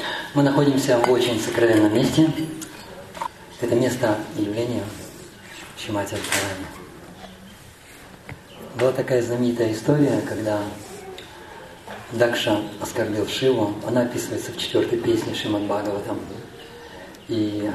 Мы находимся в очень сокровенном месте. Это место явления Шримати Радхарани. Была такая знаменитая история, когда Дакша оскорбил Шиву. Она описывается в 4-й песне Шримад Бхагаватам. И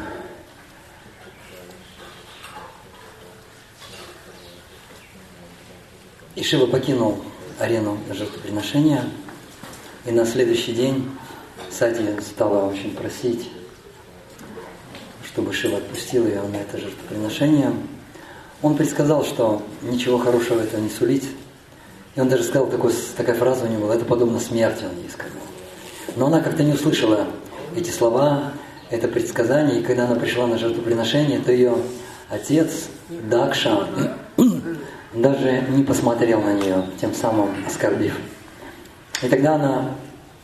Шива покинул арену жертвоприношения. И на следующий день Сати стала очень просить, чтобы Шива отпустил ее на это жертвоприношение. Он предсказал, что ничего хорошего этого не сулит. И он даже сказал, такая фраза у него была: это подобно смерти, он ей сказал. Но она как-то не услышала эти слова, это предсказание. И когда она пришла на жертвоприношение, то ее отец Дакша даже не посмотрел на нее, тем самым оскорбив. И тогда она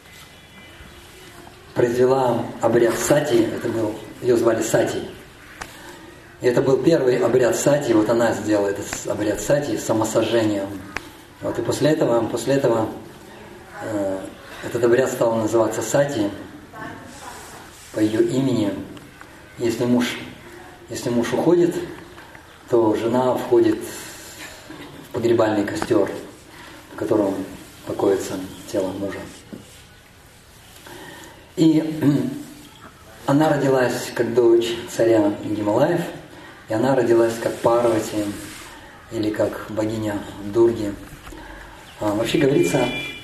произвела обряд сати, ее звали Сати. И это был первый обряд сати, вот она сделала этот обряд сати с самосожжением. Вот, и после этого этот обряд стал называться сати по ее имени. Если муж уходит, то жена входит в погребальный костер, в котором покоится тело мужа. И она родилась как дочь царя Гималаев, и она родилась как Парвати, или как богиня Дурги. Вообще говорится,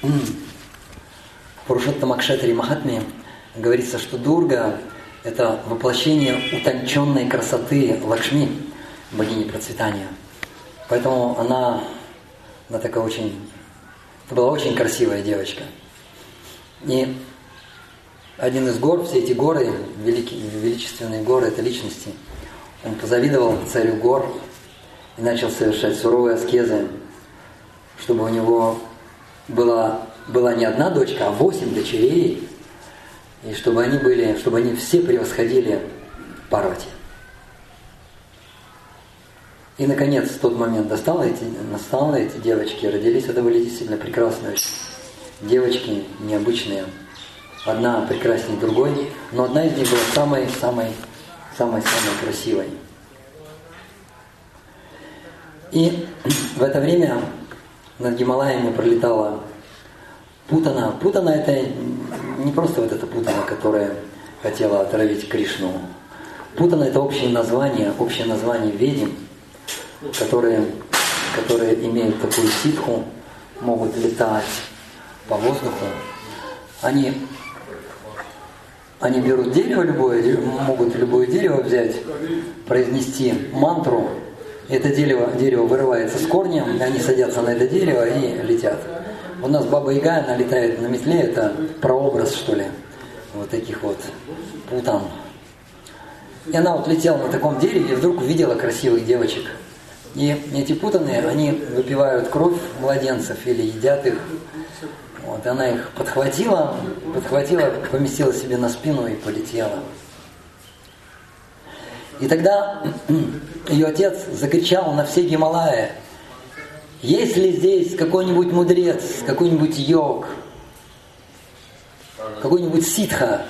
в Пурушоттама-кшатри Махатме говорится, что Дурга – это воплощение утонченной красоты Лакшми, богини процветания. Поэтому она такая это была очень красивая девочка. И один из гор, все эти горы, величественные горы, это личности, он позавидовал царю гор и начал совершать суровые аскезы, чтобы у него была не одна дочка, а 8 дочерей, и чтобы они все превосходили Парвати. И, наконец, в тот момент настал, эти девочки родились. Это были действительно прекрасные девочки, необычные. Одна прекраснее другой, но одна из них была самой красивой. И в это время над Гималаями пролетала Путана. Путана – это не просто вот эта Путана, которая хотела отравить Кришну. Путана – это общее название ведьм, которые имеют такую ситху, могут летать по воздуху. Они берут дерево могут любое дерево взять, произнести мантру, и это дерево вырывается с корнем, и они садятся на это дерево и летят. У нас Баба Яга, она летает на метле, это прообраз, что ли, вот таких вот путан. И она вот летела на таком дереве и вдруг увидела красивых девочек. И эти путаны, они выпивают кровь младенцев или едят их. Вот, она их подхватила, поместила себе на спину и полетела. И тогда ее отец закричал на все Гималаи: есть ли здесь какой-нибудь мудрец, какой-нибудь йог, какой-нибудь ситха,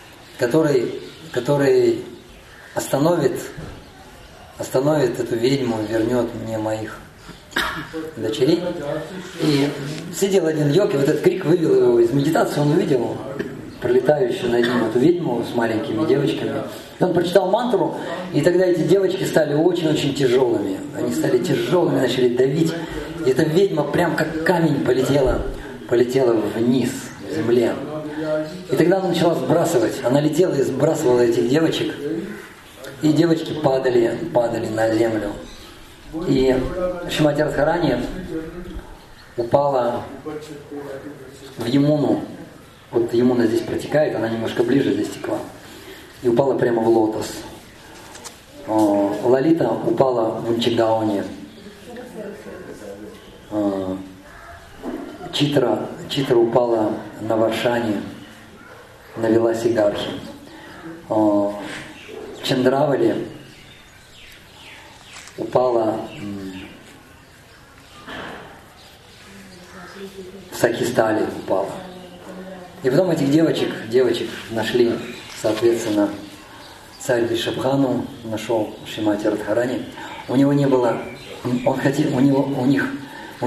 который остановит эту ведьму, вернет мне моих дочерей. И сидел один йог, и вот этот крик вывел его из медитации. Он увидел пролетающую над ним эту ведьму с маленькими девочками. И он прочитал мантру, и тогда эти девочки стали очень-очень тяжелыми. Они стали тяжелыми, начали давить. И эта ведьма прям как камень полетела вниз, в земле. И тогда она начала сбрасывать. Она летела и сбрасывала этих девочек. И девочки падали на землю. И Шримати Радхарани упала в Ямуну. Вот Ямуна здесь протекает, она немножко ближе здесь текла. И упала прямо в лотос. Лалита упала в Унчигауне. Читра упала на Варшане, на Виласигархе. Чандравали упала в Сакистале упала. И потом этих девочек нашли, соответственно, царь Ришабхану нашел Шримати Радхарани. У него не было, у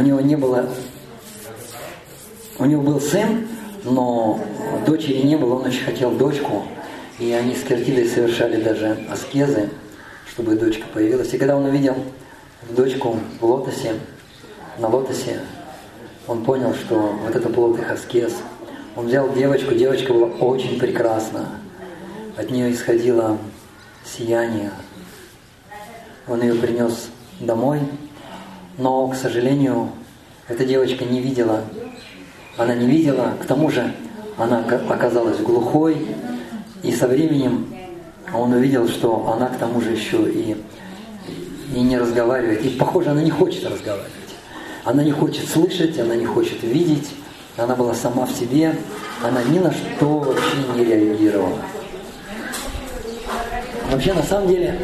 него был сын, но дочери не было, он очень хотел дочку. И они с Киртидой совершали даже аскезы, чтобы дочка появилась. И когда он увидел дочку в лотосе, на лотосе, он понял, что вот это плод их аскез. Он взял девочку, девочка была очень прекрасна. От нее исходило сияние. Он ее принес домой, но, к сожалению, эта девочка не видела. Она не видела, к тому же она оказалась глухой, и со временем он увидел, что она к тому же еще и не разговаривает. И, похоже, она не хочет разговаривать. Она не хочет слышать, она не хочет видеть. Она была сама в себе, она ни на что вообще не реагировала. Вообще, на самом деле,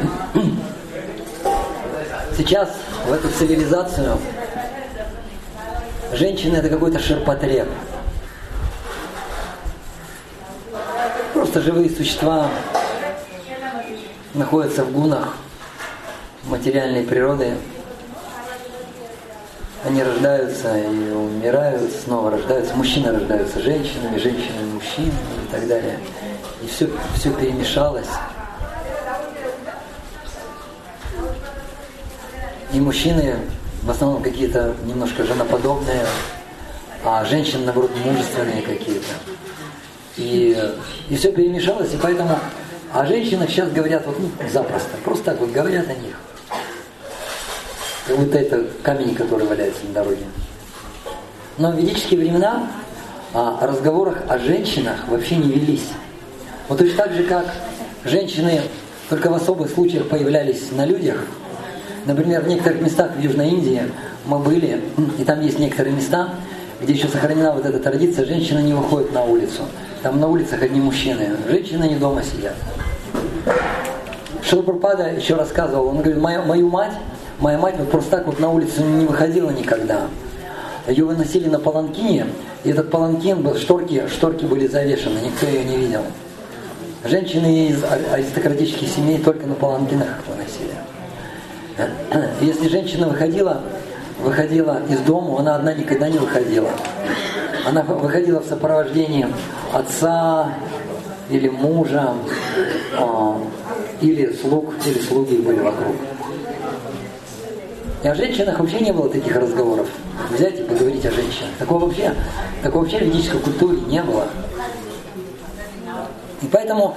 сейчас в эту цивилизацию женщина — это какой-то ширпотреб. Просто живые существа находятся в гунах материальной природы. Они рождаются и умирают, снова рождаются. Мужчины рождаются женщинами, женщины мужчинами и так далее. И все перемешалось. И мужчины в основном какие-то немножко женоподобные, а женщины, наоборот, мужественные какие-то. И все перемешалось, и поэтому о женщинах сейчас говорят вот запросто. Просто так вот говорят о них. Как будто это камень, который валяется на дороге. Но в ведические времена о разговорах о женщинах вообще не велись. Вот точно так же, как женщины только в особых случаях появлялись на людях. Например, в некоторых местах в Южной Индии мы были, и там есть некоторые места, где еще сохранена вот эта традиция, женщины не выходят на улицу. Там на улицах одни мужчины, женщины не дома сидят. Шрила Прабхупада еще рассказывал, он говорит, моя мать вот просто так вот на улицу не выходила никогда. Ее выносили на паланкине, и этот паланкин был, шторки были завешены, никто ее не видел. Женщины из аристократических семей только на паланкинах выносили. Если женщина выходила из дома, она одна никогда не выходила. Она выходила в сопровождении отца или мужа, или слуг, или слуги были вокруг. И о женщинах вообще не было таких разговоров. Взять и поговорить о женщинах. Такого вообще в ведической культуре не было. И поэтому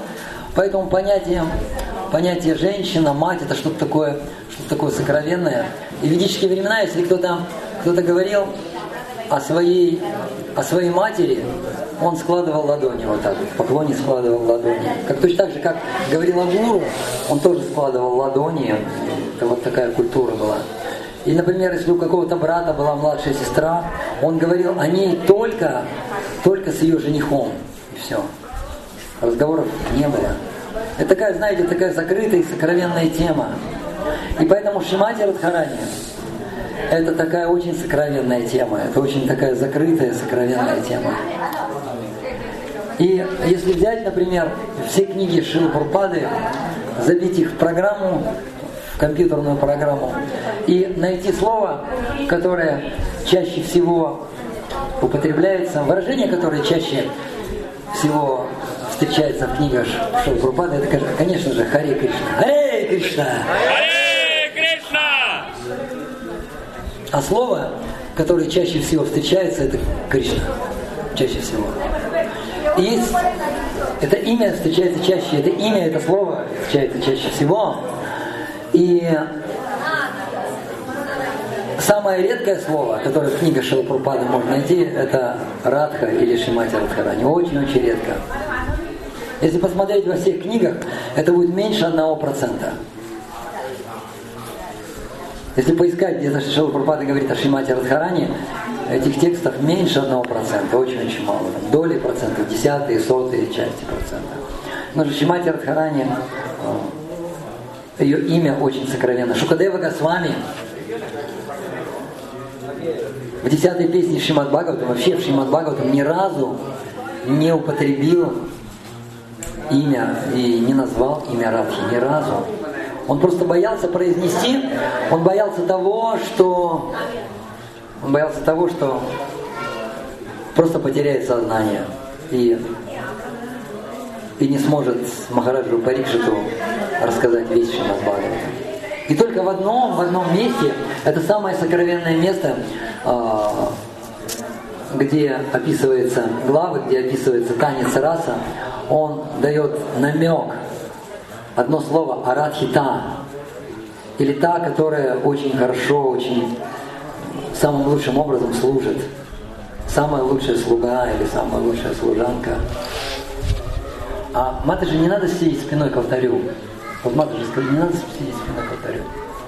понятие женщина, мать, это что-то такое сокровенное. И в ведические времена, если кто-то говорил о своей матери, он складывал ладони вот так, в поклоне складывал ладони. Как точно так же, как говорил о гуру, он тоже складывал ладони. Это вот такая культура была. И, например, если у какого-то брата была младшая сестра, он говорил о ней только с ее женихом. И все. Разговоров не было. Это такая, знаете, такая закрытая и сокровенная тема. И поэтому Шримати Радхарани — это такая очень сокровенная тема. Это очень такая закрытая, сокровенная тема. И если взять, например, все книги Шрилы Прабхупады, забить их в программу, в компьютерную программу, и найти слово, которое чаще всего употребляется, выражение, которое чаще всего встречается в книгах Шрилы Прабхупады, это, конечно же, Харе Кришна. Харе Кришна! Харе Кришна! А слово, которое чаще всего встречается, это Кришна. Чаще всего. И есть, это имя встречается чаще, это имя, это слово встречается чаще всего. И самое редкое слово, которое в книгах Шрилы Прабхупады можно найти, это Радха или Шримати Радхарани. Очень-очень редко. Если посмотреть во всех книгах, это будет меньше 1%. Если поискать, где-то Шрила Прабхупада говорит о Шримати Радхарани, этих текстов меньше 1%, очень-очень мало. Доли процентов, десятые, сотые части процента. Но же Шримати Радхарани, ее имя очень сокровенно. Шукадева Госвами в 10-й песне Шримад Бхагаватам, вообще в Шримад Бхагаватам ни разу не употребил имя и не назвал имя Радхи ни разу. Он просто боялся произнести, он боялся того, что просто потеряет сознание и не сможет Махараджу Парикшиту рассказать весь Шримад Бхагаватам. И только в одном месте, это самое сокровенное место, где описывается главы, где описывается танец раса, он дает намек, одно слово арадхита, или та, которая очень хорошо, очень самым лучшим образом служит, самая лучшая слуга или самая лучшая служанка. А Матаджи не надо сидеть спиной к алтарю. Вот Матаджи сказали, не надо сидеть спиной к алтарю.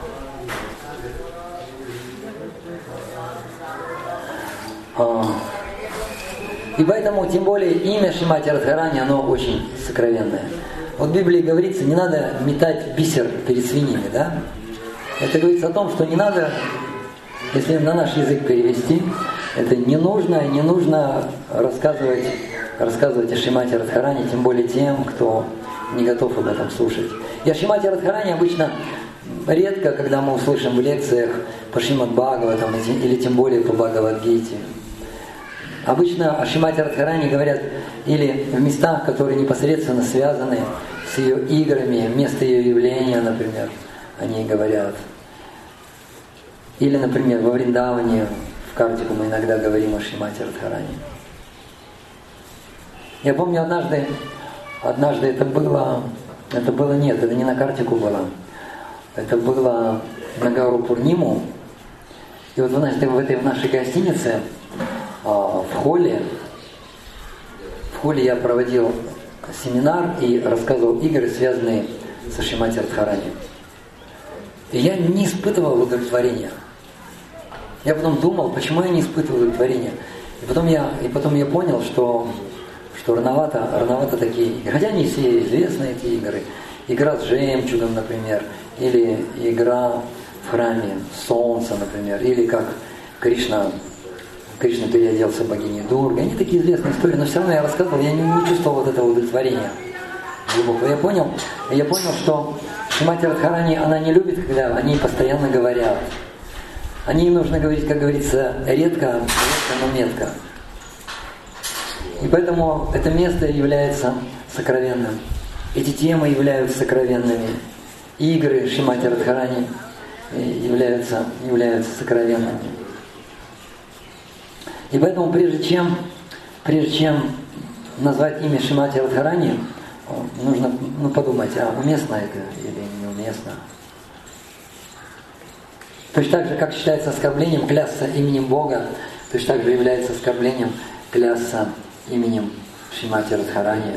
И поэтому, тем более, имя Шримати Радхарани, оно очень сокровенное. Вот в Библии говорится, не надо метать бисер перед свиньями, да? Это говорится о том, что не надо, если на наш язык перевести, это не нужно рассказывать о Шримати Радхарани, тем более тем, кто не готов об этом слушать. И о Шримати Радхарани обычно редко, когда мы услышим в лекциях по Шримад Бхагаватам или тем более по Бхагавад-гите. Обычно о Шримати Радхарани говорят или в местах, которые непосредственно связаны с ее играми, место ее явления, например, они говорят. Или, например, во Вриндаване, в Картику мы иногда говорим о Шримати Радхарани. Я помню однажды это было нет, это не на Картику было. Это было на Гауру Пурниму. И вот в нашей гостинице, в холле я проводил семинар и рассказывал игры, связанные со Шримати Радхарани. И я не испытывал удовлетворения. Я потом думал, почему я не испытывал удовлетворения. И потом я понял, что рановато такие игры. Хотя они все известны, эти игры. Игра с жемчугом, например, или игра в храме солнца, например, или как Кришна переоделся в богиню Дургой. Они такие известные истории, но все равно я рассказывал, я не чувствовал вот этого удовлетворения глубокого. Я понял, что Шримати Радхарани, она не любит, когда они постоянно говорят. Они нужно говорить, как говорится, редко, но метко. И поэтому это место является сокровенным. Эти темы являются сокровенными. Игры Шримати Радхарани являются сокровенными. И поэтому прежде чем назвать имя Шримати Радхарани, нужно подумать, уместно это или неуместно. Точно так же, как считается оскорблением клясться именем Бога, точно так же является оскорблением клясться именем Шримати Радхарани.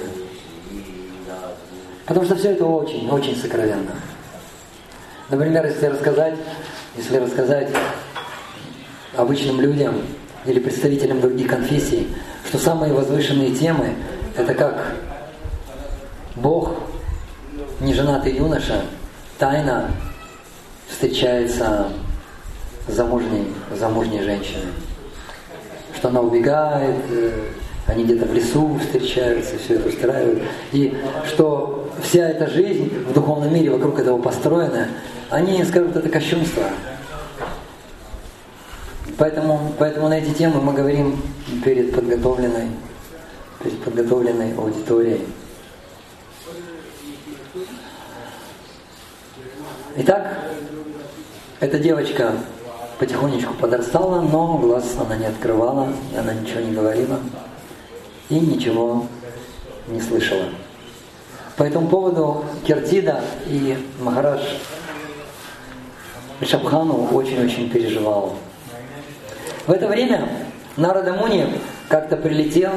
Потому что все это очень, очень сокровенно. Например, если рассказать обычным людям или представителям других конфессий, что самые возвышенные темы – это как Бог, неженатый юноша, тайно встречается с замужней женщиной. Что она убегает, они где-то в лесу встречаются, все это устраивают. И что вся эта жизнь в духовном мире вокруг этого построена, они скажут, это кощунство. Поэтому на эти темы мы говорим перед подготовленной аудиторией. Итак, эта девочка потихонечку подрастала, но глаз она не открывала, она ничего не говорила и ничего не слышала. По этому поводу Киртида и Махарадж Ришабхану очень-очень переживал. В это время Нарада Муни как-то прилетел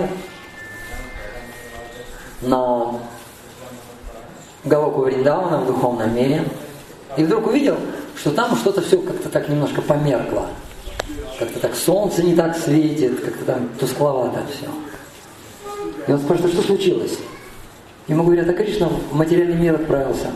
на Галоку Вриндавана в духовном мире и вдруг увидел, что там что-то все как-то так немножко померкло. Как-то так солнце не так светит, как-то там тускловато все. И он спрашивает, что случилось? Ему говорят, Кришна в материальный мир отправился.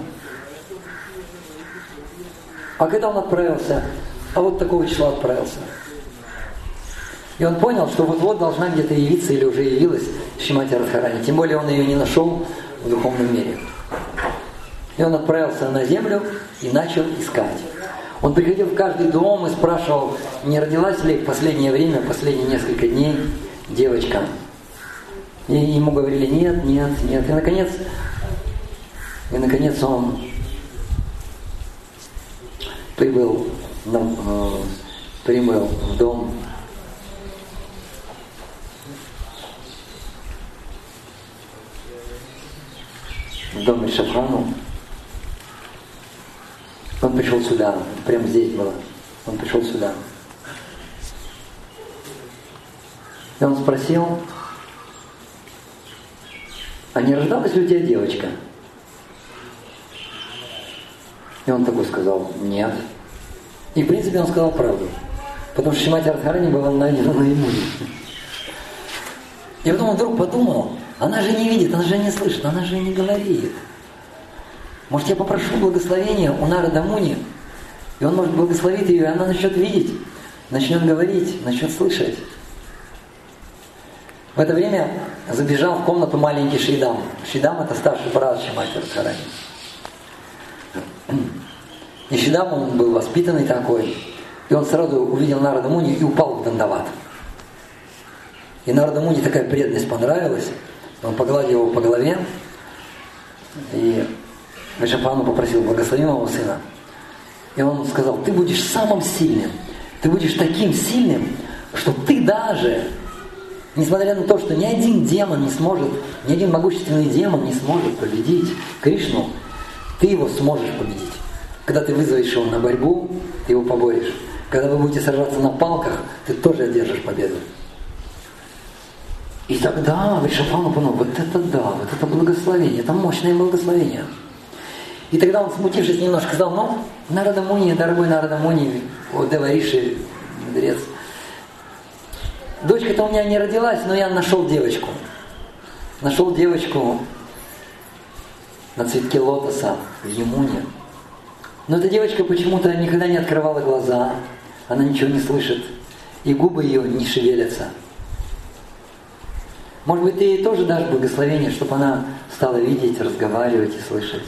А когда он отправился? А вот такого числа отправился. И он понял, что вот-вот должна где-то явиться или уже явилась Шримати Радхарани. Тем более он ее не нашел в духовном мире. И он отправился на землю и начал искать. Он приходил в каждый дом и спрашивал, не родилась ли в последнее время, последние несколько дней девочка. И ему говорили, нет, нет, нет. И наконец он прибыл в дом Ришабхану. Он пришел сюда, прямо здесь было. Он пришел сюда. И он спросил, а не рождалась ли у тебя девочка? И он такой сказал, нет. И в принципе он сказал правду. Потому что Шримати Радхарани была найдена наяву. И потом он вдруг подумал, она же не видит, она же не слышит, она же не говорит. Может, я попрошу благословения у Нарада Муни, и он, может, благословит ее, и она начнет видеть, начнет говорить, начнет слышать. В это время забежал в комнату маленький Шридам. Шридам — это старший брат Шримати Радхарани. И Шридам, он был воспитанный такой, и он сразу увидел Нарада Муни и упал в дандават. И Нарада Муни такая преданность понравилась, он погладил его по голове, и Вришабхану попросил, благослови моего сына. И он сказал, ты будешь самым сильным, ты будешь таким сильным, что ты даже, несмотря на то, что ни один демон не сможет, ни один могущественный демон не сможет победить Кришну, ты его сможешь победить. Когда ты вызовешь его на борьбу, ты его поборешь. Когда вы будете сражаться на палках, ты тоже одержишь победу. И тогда Вришабхану понял, вот это да, вот это благословение, это мощное благословение. И тогда он, смутившись немножко, сказал, ну, Нарада Муни, дорогой Нарада Муни, о Девариши, мудрец, дочка-то у меня не родилась, но я нашел девочку. Нашел девочку на цветке лотоса в Ямуне. Но эта девочка почему-то никогда не открывала глаза, она ничего не слышит, и губы ее не шевелятся. Может быть, ты ей тоже дашь благословение, чтобы она стала видеть, разговаривать и слышать.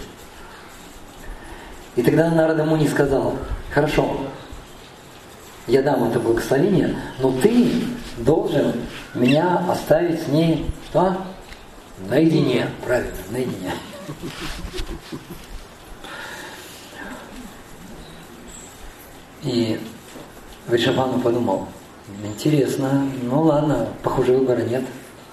И тогда Нарада Муни сказал, хорошо, я дам это благословение, но ты должен меня оставить с ней, что? Наедине. Правильно, наедине. И Вришабхану подумал, интересно, ну ладно, похоже, выбора нет.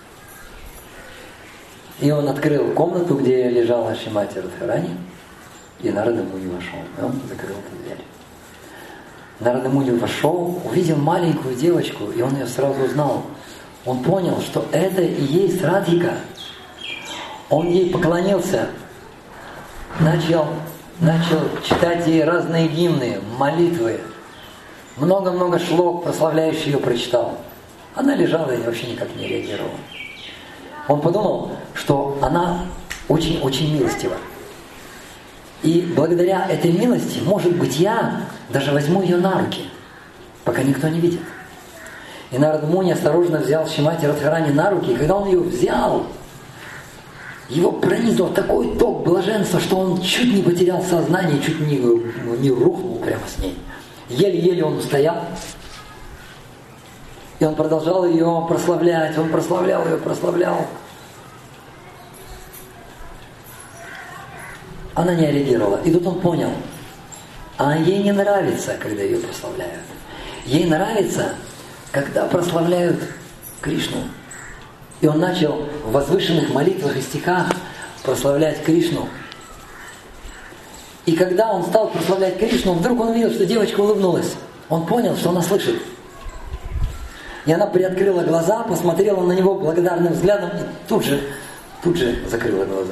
И он открыл комнату, где лежала Шримати Радхарани, и Нарада Муни вошел. И он закрыл эту дверь. Нарада Муни вошел, увидел маленькую девочку, и он ее сразу узнал. Он понял, что это и есть Радхика. Он ей поклонился, начал читать ей разные гимны, молитвы. Много-много шлок, прославляющих ее, прочитал. Она лежала и вообще никак не реагировала. Он подумал, что она очень-очень милостива. И благодаря этой милости, может быть, я даже возьму ее на руки, пока никто не видит. И Нарада Муни осторожно взял Шримати Радхарани на руки, и когда он ее взял, его пронизывал такой ток блаженства, что он чуть не потерял сознание, чуть не рухнул прямо с ней. Еле-еле он устоял. И он продолжал ее прославлять, он прославлял ее, прославлял. Она не реагировала. И тут он понял, а ей не нравится, когда ее прославляют. Ей нравится, когда прославляют Кришну. И он начал в возвышенных молитвах и стихах прославлять Кришну. И когда он стал прославлять Кришну, вдруг он увидел, что девочка улыбнулась. Он понял, что она слышит. И она приоткрыла глаза, посмотрела на него благодарным взглядом и тут же закрыла глаза.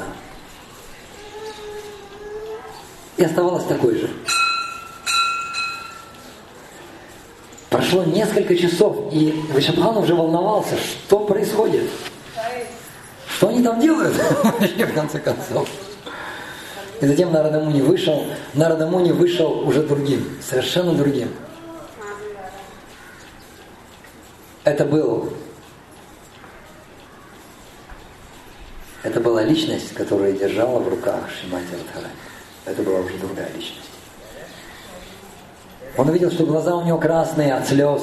И оставалась такой же. Прошло несколько часов, и Вришабхану уже волновался, что происходит. Что они там делают? В конце концов. И затем Нарада Муни вышел уже другим, совершенно другим. Это была личность, которая держала в руках Шримати Радхарани. Это была уже другая личность. Он увидел, что глаза у него красные от слез.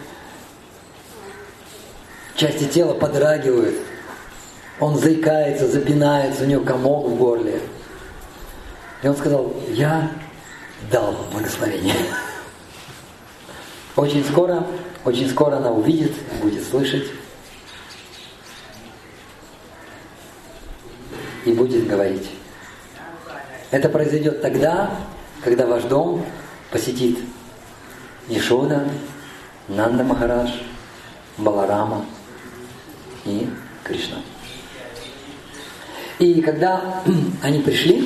Части тела подрагивают. Он заикается, запинается, у него комок в горле. И он сказал: я дал благословение. Очень скоро она увидит, будет слышать и будет говорить. Это произойдет тогда, когда ваш дом посетит Ешода, Нанда Махарадж, Баларама и Кришна. И когда они пришли,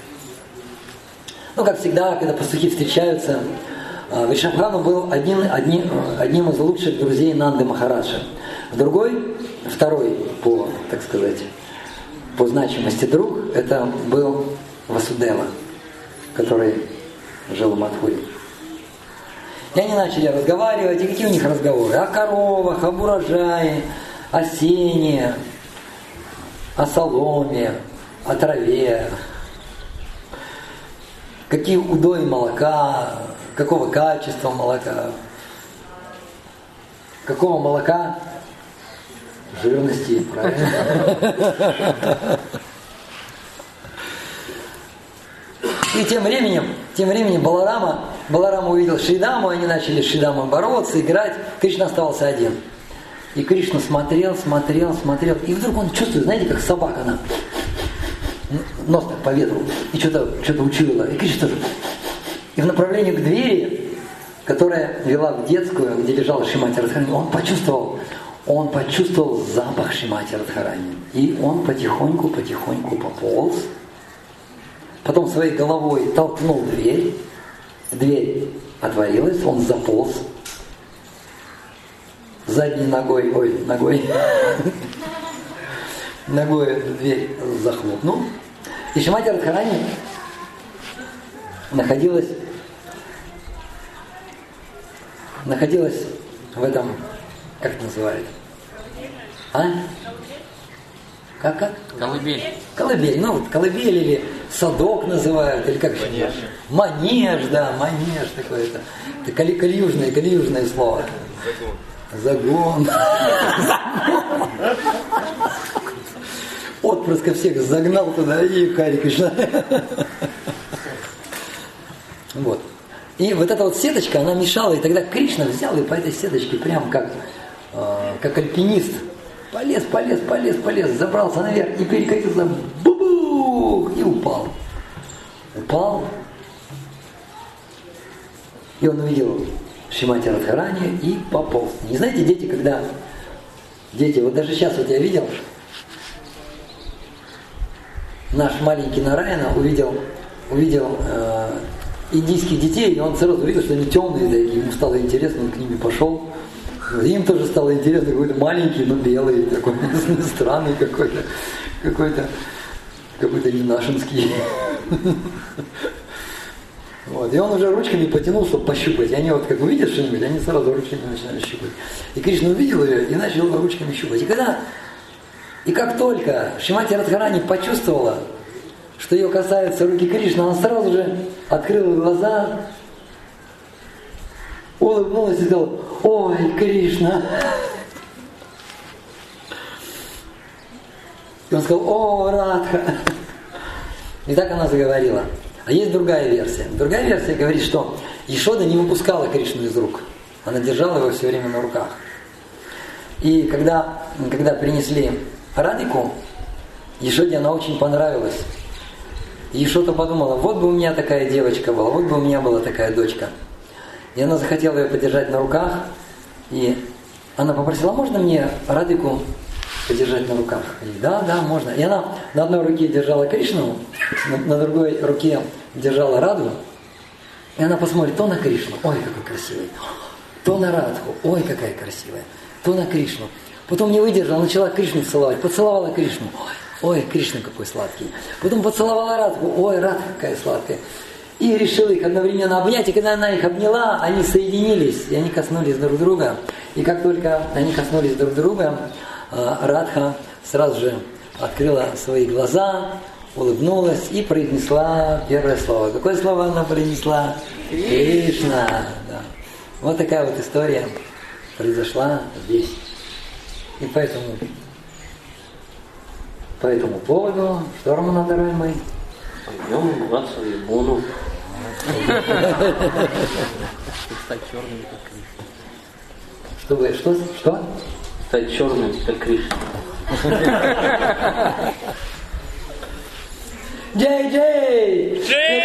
как всегда, когда пастухи встречаются, Вришабхану был одним из лучших друзей Нанды Махараджа. Второй по значимости друг, это был Васудева, который жил в Мадхуре. И они начали разговаривать, и какие у них разговоры? О коровах, об урожае, о сене, о соломе, о траве. Какие удои молока, какого качества молока, какого молока жирности, правильно? И тем временем Баларама увидел Шридаму, они начали с Шридамой бороться, играть. Кришна оставался один. И Кришна смотрел, и вдруг он чувствует, знаете, как собака, она нос так по ветру, и что-то учуяла. И Кришна тоже. И в направлении к двери, которая вела в детскую, где лежала Шримати Радхарани, он почувствовал запах Шримати Радхарани. И он потихоньку пополз. Потом своей головой толкнул дверь. Дверь отворилась, он заполз. Задней ногой дверь захлопнул. И Шримати Радхарани находилась в этом, как это называют? Как? Колыбель. Колыбель. Колыбель или садок называют, или как же? Манеж, да, манеж такое-то. Это кальюжное слово. Загон. Отпрыска всех загнал туда и Хари Кришна. Вот. И вот эта вот сеточка, она мешала, и тогда Кришна взял и по этой сеточке прям как альпинист полез, забрался наверх и перекатился, бу-бух, и упал. И он увидел Шримати Радхарани и пополз. Не знаете, дети, вот даже сейчас вот я видел, наш маленький Нараяна увидел индийских детей, и он сразу увидел, что они темные, да, ему стало интересно, он к ним пошел. Им тоже стало интересно, какой-то маленький, но белый, такой странный какой-то не нашинский. Вот. И он уже ручками потянул, чтобы пощупать. И они вот как увидят что-нибудь, они сразу ручками начинают щупать. И Кришна увидел ее и начал ручками щупать. И как только Шримати Радхарани почувствовала, что ее касаются руки Кришны, она сразу же открыла глаза, улыбнулась и сказала: «Ой, Кришна!» И он сказал: «О, Радха!» И так она заговорила. А есть другая версия. Другая версия говорит, что Ешода не выпускала Кришну из рук. Она держала его все время на руках. И когда принесли Радику, Ешоде она очень понравилась. И Ешода подумала: вот бы у меня такая девочка была, вот бы у меня была такая дочка. И она захотела ее подержать на руках. И она попросила: можно мне Радику подержать на руках? И да, можно. И она на одной руке держала Кришну, на другой руке держала Раду. И она посмотрит то на Кришну, ой, какой красивый, то на Радху, ой, какая красивая, то на Кришну. Потом не выдержала, начала Кришну целовать, поцеловала Кришну, ой, Кришна какой сладкий. Потом поцеловала Радху, ой, Радха какая сладкая. И решила их одновременно обнять, и когда она их обняла, они соединились, и они коснулись друг друга. И как только они коснулись друг друга, Радха сразу же открыла свои глаза, улыбнулась и произнесла первое слово. Какое слово она произнесла? Кришна. Да. Вот такая вот история произошла здесь. И по этому поводу, что, Роман Адараемый? Пойдем умываться в Ягуну. Стать черным, как Кришна. Что? Стать черным, как Кришна. Джей! Джей!